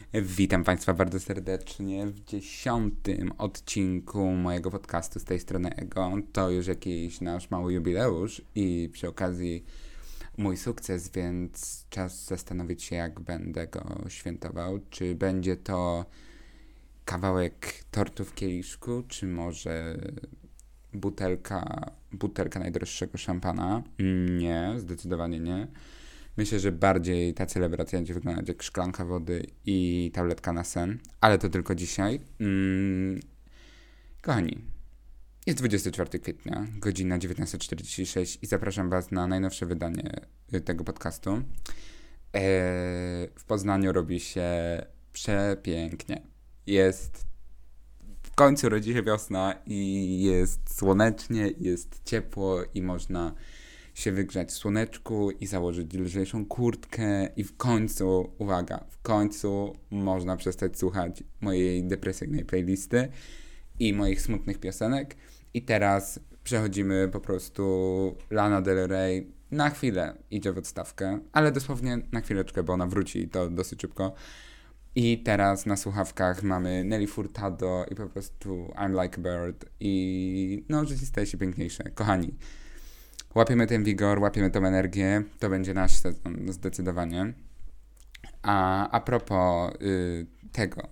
Witam Państwa bardzo serdecznie w 10. odcinku mojego podcastu z tej strony Ego. To już jakiś nasz mały jubileusz i przy okazji mój sukces, więc czas zastanowić się, jak będę go świętował. Czy będzie to kawałek tortu w kieliszku, czy może butelka najdroższego szampana? Nie, zdecydowanie nie. Myślę, że bardziej ta celebracja będzie wyglądać jak szklanka wody i tabletka na sen, ale to tylko dzisiaj. Kochani, jest 24 kwietnia, godzina 19:46 i zapraszam Was na najnowsze wydanie tego podcastu. W Poznaniu robi się przepięknie. W końcu rodzi się wiosna i jest słonecznie, jest ciepło i można się wygrzać w słoneczku i założyć lżejszą kurtkę i w końcu, uwaga, w końcu można przestać słuchać mojej depresyjnej playlisty i moich smutnych piosenek. I teraz przechodzimy po prostu Lana Del Rey na chwilę idzie w odstawkę, ale dosłownie na chwileczkę, bo ona wróci i to dosyć szybko. I teraz na słuchawkach mamy Nelly Furtado i po prostu I'm Like a Bird i no, życie staje się piękniejsze. Kochani, łapiemy ten wigor, łapiemy tą energię, to będzie nasz sezon zdecydowanie. A propos tego,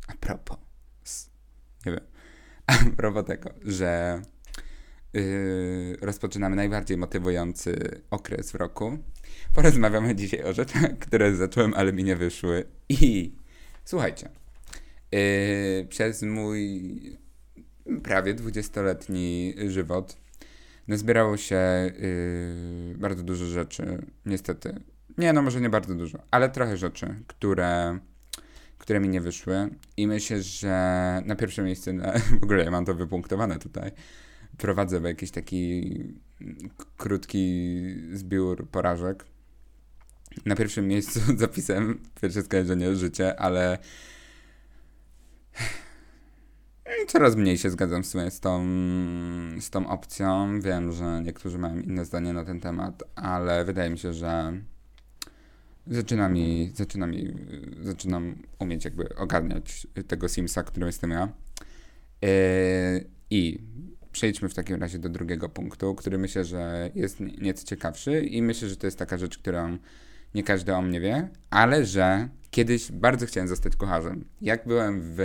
nie wiem, a propos tego, że rozpoczynamy najbardziej motywujący okres w roku, porozmawiamy dzisiaj o rzeczach, które zacząłem, ale mi nie wyszły. I słuchajcie, przez mój prawie 20-letni żywot nazbierało się bardzo dużo rzeczy, niestety. Nie, no może nie bardzo dużo, ale trochę rzeczy, które mi nie wyszły. I myślę, że na pierwsze miejsce, w ogóle ja mam to wypunktowane tutaj, prowadzę jakiś taki krótki zbiór porażek. Na pierwszym miejscu zapisałem pierwsze skojarzenie życie, ale coraz mniej się zgadzam w sumie z tą opcją. Wiem, że niektórzy mają inne zdanie na ten temat, ale wydaje mi się, że zaczynam umieć jakby ogarniać tego Simsa, którym jestem ja. I przejdźmy w takim razie do drugiego punktu, który myślę, że jest nieco ciekawszy i myślę, że to jest taka rzecz, którą nie każdy o mnie wie, ale że kiedyś bardzo chciałem zostać kucharzem. Jak byłem w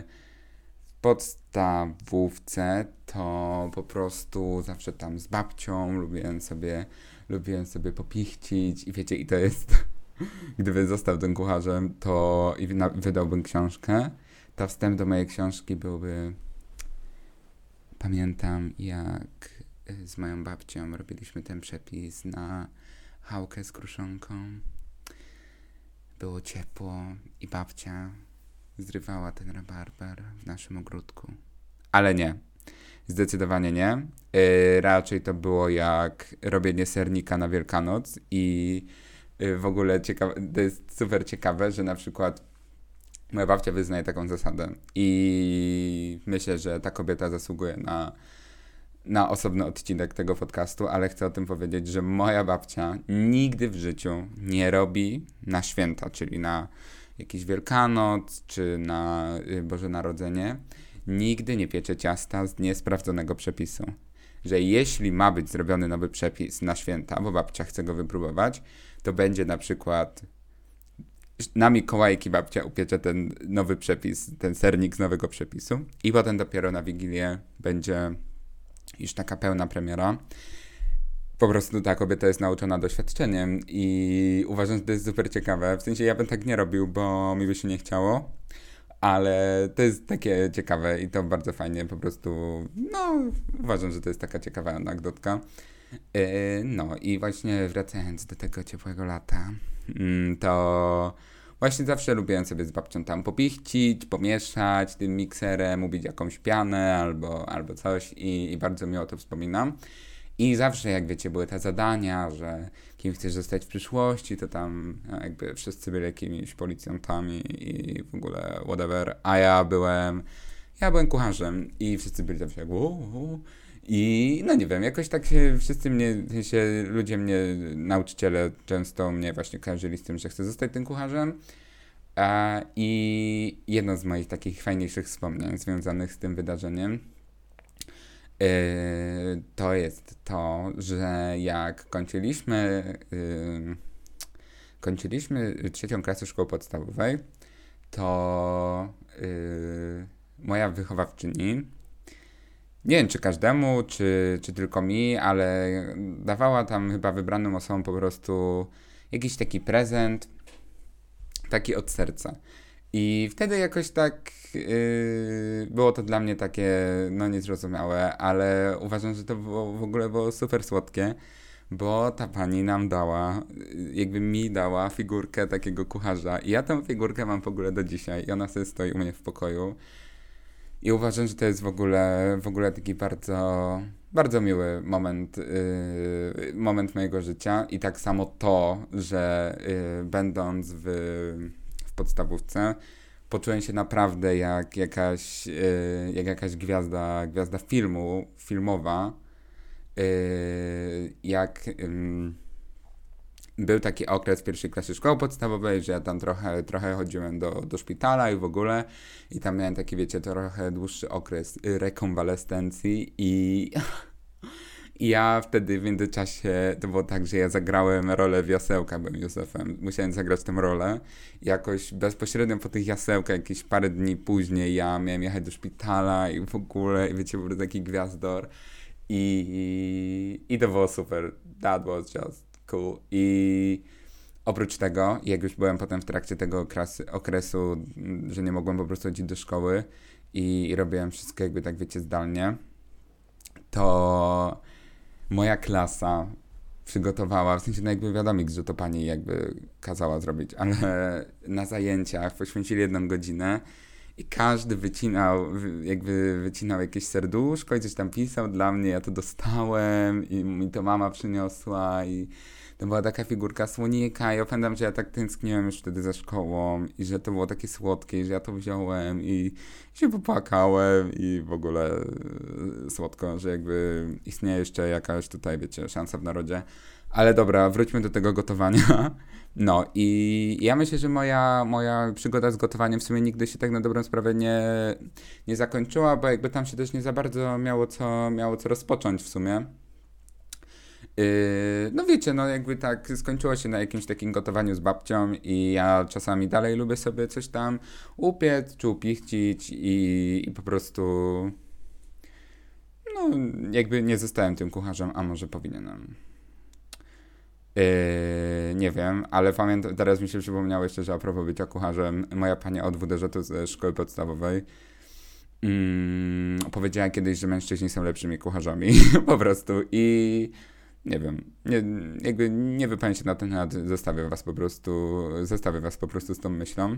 podstawówce, to po prostu zawsze tam z babcią lubiłem sobie popichcić i wiecie, i to jest, gdybym został tym kucharzem, to i wydałbym książkę, to wstęp do mojej książki byłby: pamiętam, jak z moją babcią robiliśmy ten przepis na chałkę z kruszonką. Było ciepło i babcia zrywała ten rabarbar w naszym ogródku. Ale nie. Zdecydowanie nie. Raczej to było jak robienie sernika na Wielkanoc i w ogóle to jest super ciekawe, że na przykład moja babcia wyznaje taką zasadę i myślę, że ta kobieta zasługuje na osobny odcinek tego podcastu, ale chcę o tym powiedzieć, że moja babcia nigdy w życiu nie robi na święta, czyli na jakiś Wielkanoc, czy na Boże Narodzenie, nigdy nie piecze ciasta z niesprawdzonego przepisu. Że jeśli ma być zrobiony nowy przepis na święta, bo babcia chce go wypróbować, to będzie na przykład na Mikołajki babcia upiecze ten nowy przepis, ten sernik z nowego przepisu i potem dopiero na Wigilię będzie już taka pełna premiera. Po prostu ta kobieta jest nauczona doświadczeniem i uważam, że to jest super ciekawe. W sensie ja bym tak nie robił, bo mi by się nie chciało, ale to jest takie ciekawe i to bardzo fajnie po prostu, no uważam, że to jest taka ciekawa anegdotka. No i właśnie wracając do tego ciepłego lata, to właśnie zawsze lubiłem sobie z babcią tam popichcić, pomieszać tym mikserem, ubić jakąś pianę albo coś i bardzo miło to wspominam. I zawsze, jak wiecie, były te zadania, że kim chcesz zostać w przyszłości, to tam jakby wszyscy byli jakimiś policjantami i w ogóle whatever, a ja byłem kucharzem i wszyscy byli zawsze jak i no nie wiem, jakoś tak się ludzie nauczyciele często mnie właśnie kojarzyli z tym, że chcę zostać tym kucharzem, I jedno z moich takich fajniejszych wspomnień związanych z tym wydarzeniem to jest to, że jak kończyliśmy trzecią klasę szkoły podstawowej, to moja wychowawczyni, nie wiem czy każdemu, czy tylko mi, ale dawała tam chyba wybranym osobom po prostu jakiś taki prezent, taki od serca. I wtedy jakoś tak było to dla mnie takie, no niezrozumiałe, ale uważam, że to w ogóle było super słodkie, bo ta pani nam dała, jakby mi dała figurkę takiego kucharza i ja tę figurkę mam w ogóle do dzisiaj i ona sobie stoi u mnie w pokoju i uważam, że to jest w ogóle taki bardzo, bardzo miły moment mojego życia i tak samo to, że będąc w podstawówce poczułem się naprawdę jak jakaś gwiazda filmowa, jak był taki okres pierwszej klasy szkoły podstawowej, że ja tam trochę chodziłem do szpitala i w ogóle i tam miałem taki, wiecie, trochę dłuższy okres rekonwalescencji i ja wtedy w międzyczasie, to było tak, że ja zagrałem rolę w jasełkach, byłem Józefem, musiałem zagrać tę rolę. Jakoś bezpośrednio po tych jasełkach, jakieś parę dni później ja miałem jechać do szpitala i w ogóle, i wiecie, był taki gwiazdor i to było super. That was just cool. I oprócz tego, jak już byłem potem w trakcie tego okresu, że nie mogłem po prostu chodzić do szkoły i robiłem wszystko jakby tak, wiecie, zdalnie, to moja klasa przygotowała, w sensie no jakby wiadomo, że to pani jakby kazała zrobić, ale na zajęciach poświęcili 1 godzinę i każdy wycinał jakieś serduszko i coś tam pisał dla mnie, ja to dostałem i mi to mama przyniosła i to była taka figurka słonika i ja pamiętam, że ja tak tęskniłem już wtedy za szkołą i że to było takie słodkie i że ja to wziąłem i się popłakałem i w ogóle słodko, że jakby istnieje jeszcze jakaś tutaj, wiecie, szansa w narodzie. Ale dobra, wróćmy do tego gotowania. No i ja myślę, że moja przygoda z gotowaniem w sumie nigdy się tak na dobrą sprawę nie zakończyła, bo jakby tam się też nie za bardzo miało co rozpocząć w sumie. No wiecie, no jakby tak skończyło się na jakimś takim gotowaniu z babcią i ja czasami dalej lubię sobie coś tam upiec czy upichcić i po prostu no jakby nie zostałem tym kucharzem, a może powinienem. Nie wiem, ale pamiętam, teraz mi się przypomniało jeszcze, że a propos bycia kucharzem, moja pani od WDŻ to ze szkoły podstawowej powiedziała kiedyś, że mężczyźni są lepszymi kucharzami po prostu i nie wiem, jakby nie wypowiem się na ten temat, zostawię was po prostu z tą myślą.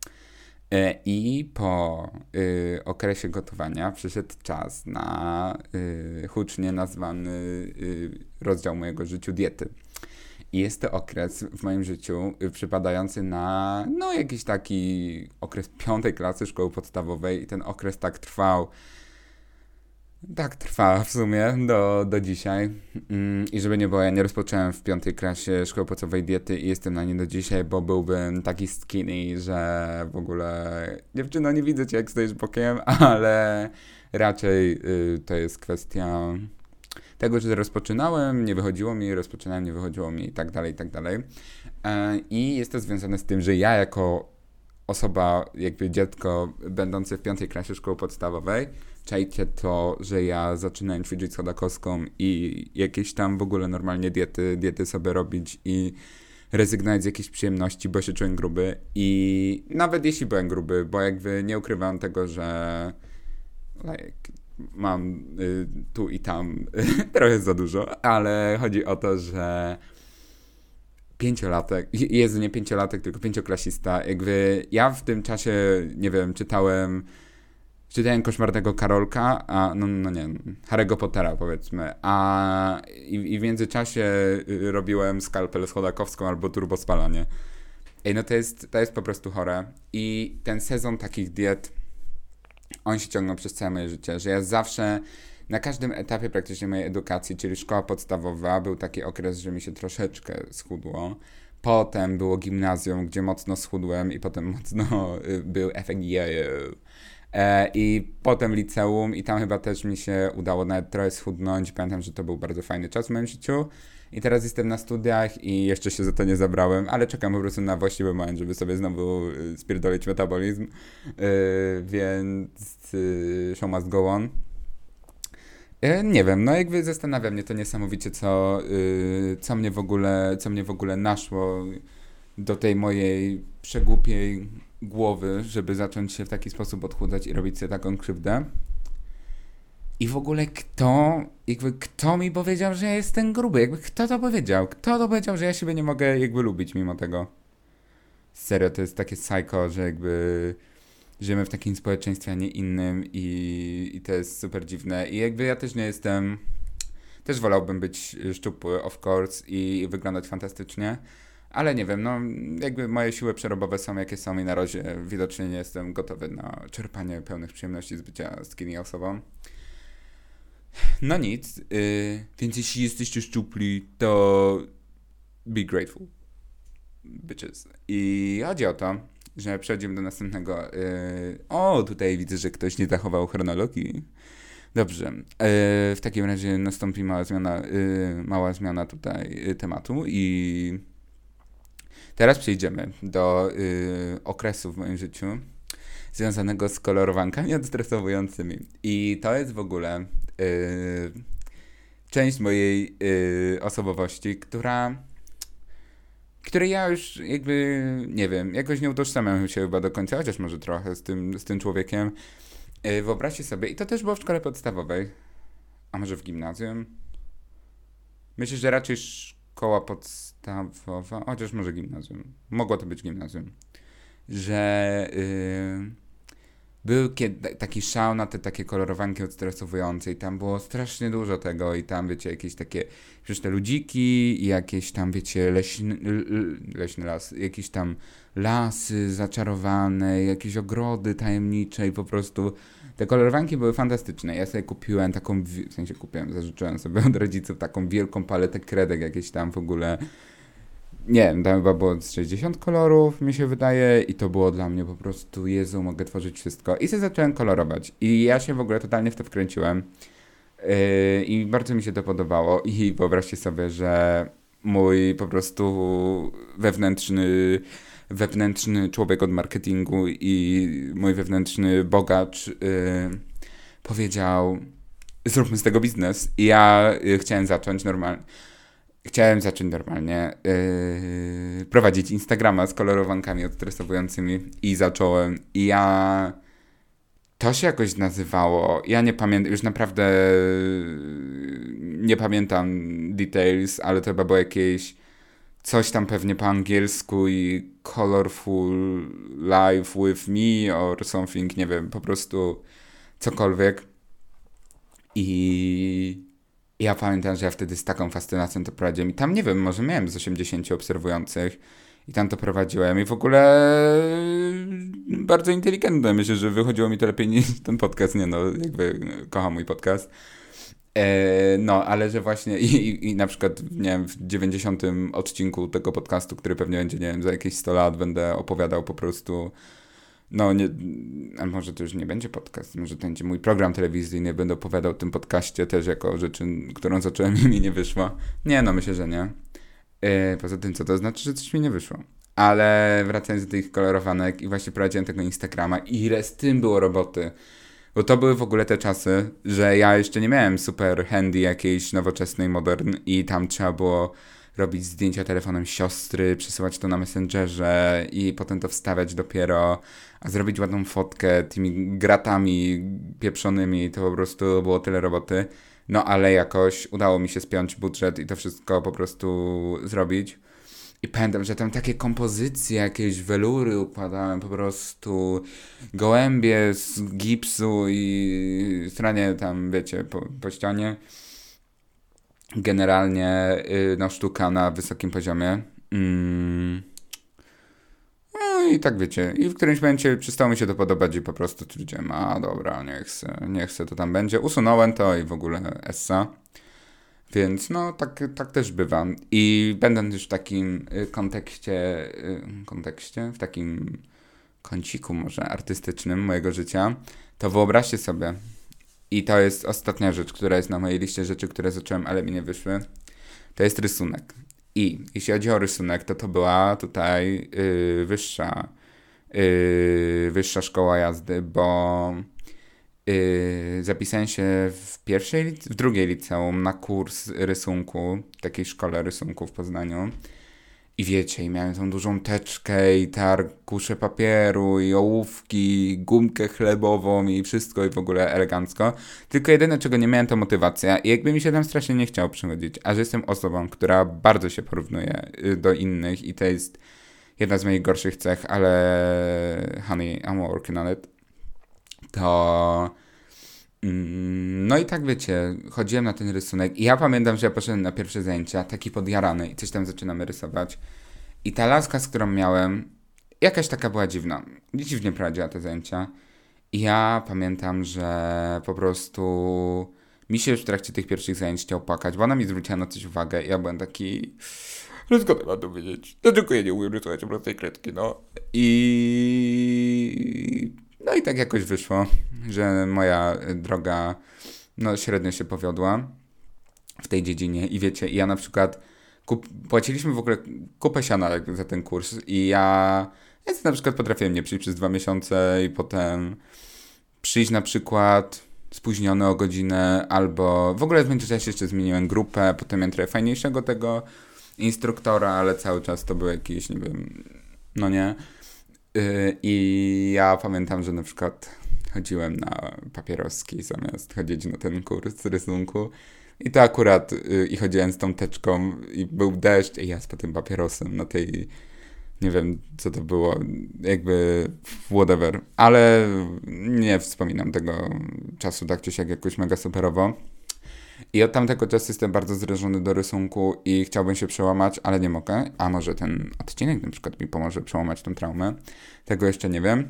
I po okresie gotowania przyszedł czas na hucznie nazwany rozdział mojego życia diety. I jest to okres w moim życiu przypadający na no jakiś taki okres 5. klasy szkoły podstawowej i ten okres tak trwał. Tak trwa w sumie do dzisiaj. I żeby nie było, ja nie rozpocząłem w 5. klasie szkoły podstawowej diety i jestem na niej do dzisiaj, bo byłbym taki skinny, że w ogóle dziewczyno, nie widzę cię jak stoisz bokiem, ale raczej to jest kwestia tego, że rozpoczynałem, nie wychodziło mi i tak dalej, i tak dalej. I jest to związane z tym, że ja jako osoba, jakby dziecko będące w 5. klasie szkoły podstawowej, czajcie to, że ja zaczynałem ćwiczyć schodakowską i jakieś tam w ogóle normalnie diety sobie robić i rezygnować z jakichś przyjemności, bo się czułem gruby i nawet jeśli byłem gruby, bo jakby nie ukrywam tego, że mam tu i tam trochę za dużo, ale chodzi o to, że 5-latek, Jezu, nie 5-latek, tylko 5-klasista, jakby ja w tym czasie, nie wiem, czytałem Koszmarnego Karolka, no nie, Harry'ego Pottera powiedzmy, i w międzyczasie robiłem skalpel schodakowską albo turbospalanie. Ej, no to jest po prostu chore i ten sezon takich diet, on się ciągnął przez całe moje życie, że ja zawsze, na każdym etapie praktycznie mojej edukacji, czyli szkoła podstawowa, był taki okres, że mi się troszeczkę schudło. Potem było gimnazjum, gdzie mocno schudłem i potem mocno był efekt jojo. I potem liceum i tam chyba też mi się udało nawet trochę schudnąć. Pamiętam, że to był bardzo fajny czas w moim życiu. I teraz jestem na studiach i jeszcze się za to nie zabrałem, ale czekam po prostu na właściwy moment, żeby sobie znowu spierdolić metabolizm. Więc show must go on. Nie wiem, no jakby zastanawia mnie to niesamowicie, co mnie w ogóle naszło do tej mojej przegłupiej głowy, żeby zacząć się w taki sposób odchudzać i robić sobie taką krzywdę. I w ogóle kto mi powiedział, że ja jestem gruby? Jakby kto to powiedział? Kto to powiedział, że ja siebie nie mogę jakby lubić mimo tego? Serio, to jest takie psycho, że jakby żyjemy w takim społeczeństwie, a nie innym i to jest super dziwne. I jakby ja też nie jestem... Też wolałbym być szczupły, of course, i wyglądać fantastycznie, ale nie wiem, no jakby moje siły przerobowe są jakie są i na razie widocznie nie jestem gotowy na czerpanie pełnych przyjemności z bycia skinny osobą. No nic, więc jeśli jesteście szczupli, to be grateful, bitches. I chodzi o to, że przechodzimy do następnego. O, tutaj widzę, że ktoś nie zachował chronologii. Dobrze. W takim razie nastąpi mała zmiana tutaj tematu i teraz przejdziemy do okresu w moim życiu związanego z kolorowankami odstresowującymi. I to jest w ogóle część mojej osobowości, której ja już jakby, nie wiem, jakoś nie utożsamiam się chyba do końca, chociaż może trochę z tym człowiekiem. Wyobraźcie sobie, i to też było w szkole podstawowej, a może w gimnazjum? Myślę, że raczej szkoła podstawowa, chociaż może gimnazjum. Mogło to być gimnazjum. Że był taki szał na te takie kolorowanki odstresowujące i tam było strasznie dużo tego i tam wiecie jakieś takie przecież te ludziki i jakieś tam wiecie leśny las, jakieś tam lasy zaczarowane, jakieś ogrody tajemnicze i po prostu te kolorowanki były fantastyczne. Ja sobie kupiłem taką, w sensie zażyczyłem sobie od rodziców taką wielką paletę kredek jakieś tam w ogóle. Nie wiem, tam chyba było 60 kolorów, mi się wydaje, i to było dla mnie po prostu, Jezu, mogę tworzyć wszystko. I sobie zacząłem kolorować. I ja się w ogóle totalnie w to wkręciłem. I bardzo mi się to podobało. I wyobraźcie sobie, że mój po prostu wewnętrzny człowiek od marketingu i mój wewnętrzny bogacz powiedział, zróbmy z tego biznes. I ja chciałem zacząć normalnie prowadzić Instagrama z kolorowankami odstresowującymi i zacząłem. I to się jakoś nazywało, ja nie pamiętam, już naprawdę nie pamiętam details, ale to chyba było jakieś coś tam pewnie po angielsku i colorful life with me or something, nie wiem, po prostu cokolwiek. I ja pamiętam, że ja wtedy z taką fascynacją to prowadziłem i tam, nie wiem, może miałem z 80 obserwujących i tam to prowadziłem i w ogóle bardzo inteligentne. Myślę, że wychodziło mi to lepiej niż ten podcast. Nie no, jakby kocham mój podcast. No, ale że właśnie i na przykład, nie wiem, w 90 odcinku tego podcastu, który pewnie będzie, nie wiem, za jakieś 100 lat będę opowiadał po prostu, no nie, a może to już nie będzie podcast, może to będzie mój program telewizyjny, będę opowiadał o tym podcaście też jako rzeczy, którą zacząłem i mi nie wyszło. Nie, no myślę, że nie. Poza tym, co to znaczy, że coś mi nie wyszło. Ale wracając do tych kolorowanek i właśnie prowadziłem tego Instagrama i ile z tym było roboty. Bo to były w ogóle te czasy, że ja jeszcze nie miałem super handy jakiejś nowoczesnej, modern i tam trzeba było robić zdjęcia telefonem siostry, przesyłać to na Messengerze i potem to wstawiać dopiero, a zrobić ładną fotkę tymi gratami pieprzonymi, to po prostu było tyle roboty. No ale jakoś udało mi się spiąć budżet i to wszystko po prostu zrobić. I pamiętam, że tam takie kompozycje, jakieś welury układałem, po prostu gołębie z gipsu i stranie tam, wiecie, po ścianie. Generalnie no, sztuka na wysokim poziomie. No i tak wiecie. I w którymś momencie przestało mi się to podobać i po prostu stwierdziłem, a dobra, nie chcę, to tam będzie. Usunąłem to i w ogóle essa. Więc no, tak też bywa. I będąc już w takim kontekście, w takim kąciku może artystycznym mojego życia, to wyobraźcie sobie, i to jest ostatnia rzecz, która jest na mojej liście rzeczy, które zacząłem, ale mi nie wyszły, to jest rysunek. I jeśli chodzi o rysunek, to była tutaj wyższa szkoła jazdy, bo zapisałem się w drugiej liceum na kurs rysunku, w takiej szkole rysunku w Poznaniu. I wiecie, i miałem tą dużą teczkę i te arkusze papieru i ołówki, i gumkę chlebową i wszystko i w ogóle elegancko. Tylko jedyne, czego nie miałem, to motywacja i jakby mi się tam strasznie nie chciało przychodzić. A że jestem osobą, która bardzo się porównuje do innych i to jest jedna z moich gorszych cech, ale honey, I'm working on it. To no i tak wiecie, chodziłem na ten rysunek i ja pamiętam, że ja poszedłem na pierwsze zajęcia, taki podjarany i coś tam zaczynamy rysować. I ta laska, z którą miałem, jakaś taka była dziwna. Dziwnie prowadziła te zajęcia. I ja pamiętam, że po prostu mi się już w trakcie tych pierwszych zajęć chciał płakać, bo ona mi zwróciła na coś uwagę i ja byłem taki... Ale skąd mam to wiedzieć? Dlaczego ja nie umiem rysować prostej kredki, no? No i tak jakoś wyszło, że moja droga no średnio się powiodła w tej dziedzinie i wiecie, ja na przykład płaciliśmy w ogóle kupę siana za ten kurs i ja na przykład potrafiłem nie przyjść przez 2 miesiące i potem przyjść na przykład spóźniony o godzinę albo w ogóle w międzyczasie jeszcze zmieniłem grupę, potem miałem trochę fajniejszego tego instruktora, ale cały czas to był jakiś, nie wiem, no nie. I ja pamiętam, że na przykład chodziłem na papieroski zamiast chodzić na ten kurs rysunku. I to akurat, i chodziłem z tą teczką i był deszcz i ja z tym papierosem na tej, nie wiem co to było, jakby whatever. Ale nie wspominam tego czasu tak czy siak jakoś mega superowo. I od tamtego czasu jestem bardzo zrażony do rysunku i chciałbym się przełamać, ale nie mogę. A może ten odcinek na przykład mi pomoże przełamać tą traumę. Tego jeszcze nie wiem.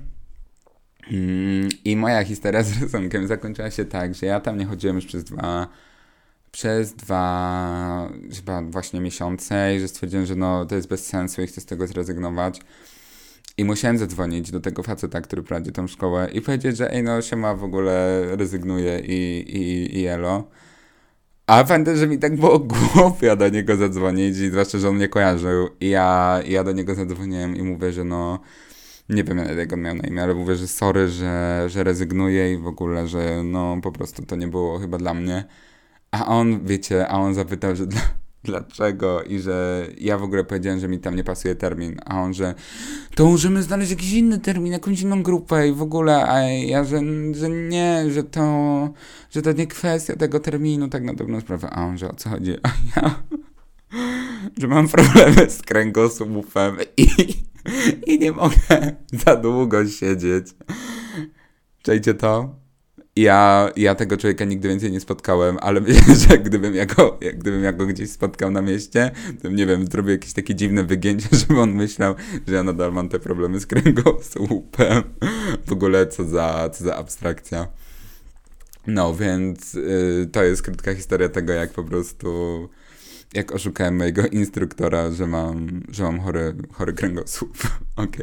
I moja historia z rysunkiem zakończyła się tak, że ja tam nie chodziłem już przez dwa chyba właśnie miesiące i że stwierdziłem, że no to jest bez sensu i chcę z tego zrezygnować. I musiałem zadzwonić do tego faceta, który prowadzi tą szkołę i powiedzieć, że ej no siema w ogóle rezygnuję i elo. A pamiętam, że mi tak było głupio do niego zadzwonić i zwłaszcza, że on mnie kojarzył i ja do niego zadzwoniłem i mówię, że no nie wiem jak on miał na imię, ale mówię, że sorry, że rezygnuję i w ogóle, że no po prostu to nie było chyba dla mnie. A on zapytał, że dlaczego i że ja w ogóle powiedziałem, że mi tam nie pasuje termin, a on, że to możemy znaleźć jakiś inny termin, jakąś inną grupę i w ogóle, a ja, że nie, że to nie kwestia tego terminu, tak na dobrą sprawę, a on, że o co chodzi, a ja, że mam problemy z kręgosłupem i nie mogę za długo siedzieć. Czajcie to? Ja tego człowieka nigdy więcej nie spotkałem, ale myślę, że gdybym ja go gdzieś spotkał na mieście, to nie wiem, zrobił jakieś takie dziwne wygięcie, żeby on myślał, że ja nadal mam te problemy z kręgosłupem. W ogóle co za abstrakcja. No, więc to jest krótka historia tego, jak po prostu jak oszukałem mojego instruktora, że mam chory kręgosłup. Okej.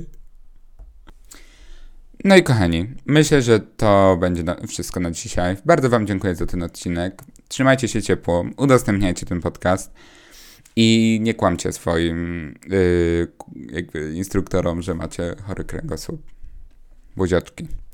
No i kochani, myślę, że to będzie wszystko na dzisiaj. Bardzo wam dziękuję za ten odcinek. Trzymajcie się ciepło, udostępniajcie ten podcast i nie kłamcie swoim jakby instruktorom, że macie chory kręgosłup. Buziaczki.